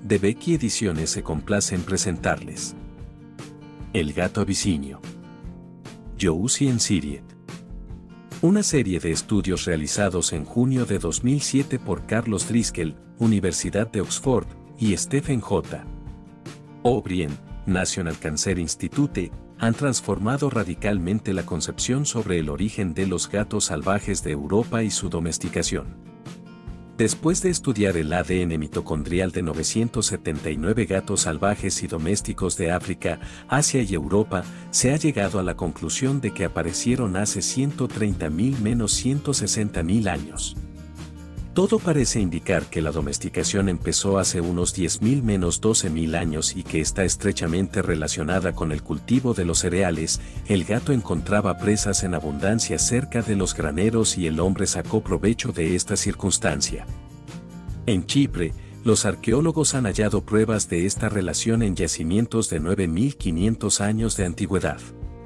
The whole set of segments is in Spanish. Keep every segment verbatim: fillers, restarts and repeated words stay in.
de Becky Ediciones se complace en presentarles El gato abisinio. Youssef en Siriet. Una serie de estudios realizados en junio de dos mil siete por Carlos Driscoll, Universidad de Oxford, y Stephen J. O'Brien, National Cancer Institute, han transformado radicalmente la concepción sobre el origen de los gatos salvajes de Europa y su domesticación. Después de estudiar el A D N mitocondrial de novecientos setenta y nueve gatos salvajes y domésticos de África, Asia y Europa, se ha llegado a la conclusión de que aparecieron hace ciento treinta mil menos ciento sesenta mil años. Todo parece indicar que la domesticación empezó hace unos diez mil menos doce mil años y que está estrechamente relacionada con el cultivo de los cereales. El gato encontraba presas en abundancia cerca de los graneros y el hombre sacó provecho de esta circunstancia. En Chipre, los arqueólogos han hallado pruebas de esta relación en yacimientos de nueve mil quinientos años de antigüedad.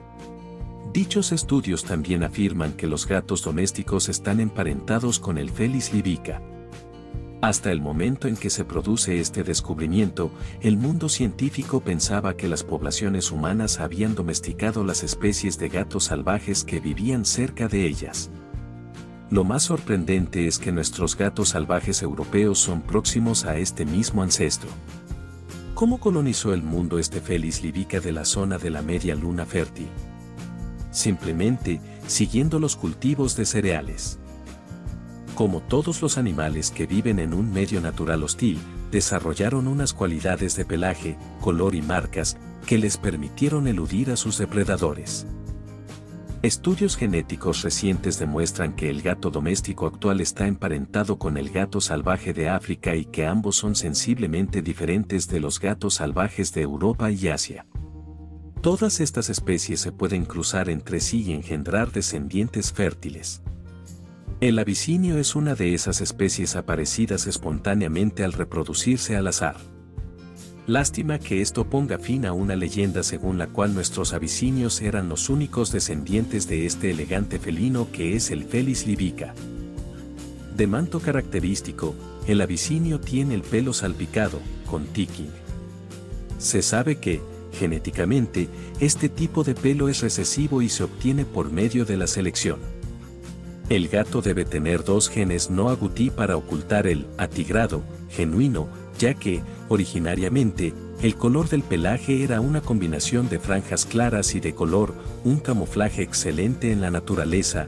Dichos estudios también afirman que los gatos domésticos están emparentados con el Felis libica. Hasta el momento en que se produce este descubrimiento, el mundo científico pensaba que las poblaciones humanas habían domesticado las especies de gatos salvajes que vivían cerca de ellas. Lo más sorprendente es que nuestros gatos salvajes europeos son próximos a este mismo ancestro. ¿Cómo colonizó el mundo este Felis libica de la zona de la media luna fértil? Simplemente, siguiendo los cultivos de cereales. Como todos los animales que viven en un medio natural hostil, desarrollaron unas cualidades de pelaje, color y marcas, que les permitieron eludir a sus depredadores. Estudios genéticos recientes demuestran que el gato doméstico actual está emparentado con el gato salvaje de África y que ambos son sensiblemente diferentes de los gatos salvajes de Europa y Asia. Todas estas especies se pueden cruzar entre sí y engendrar descendientes fértiles. El abisinio es una de esas especies aparecidas espontáneamente al reproducirse al azar. Lástima que esto ponga fin a una leyenda según la cual nuestros abisinios eran los únicos descendientes de este elegante felino que es el Felis libica. De manto característico, el abisinio tiene el pelo salpicado, con ticking. Se sabe que, genéticamente, este tipo de pelo es recesivo y se obtiene por medio de la selección. El gato debe tener dos genes no agouti para ocultar el atigrado genuino, ya que, originariamente, el color del pelaje era una combinación de franjas claras y de color, un camuflaje excelente en la naturaleza.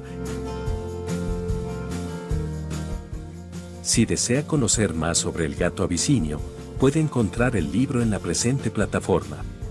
Si desea conocer más sobre el gato abisinio, puede encontrar el libro en la presente plataforma.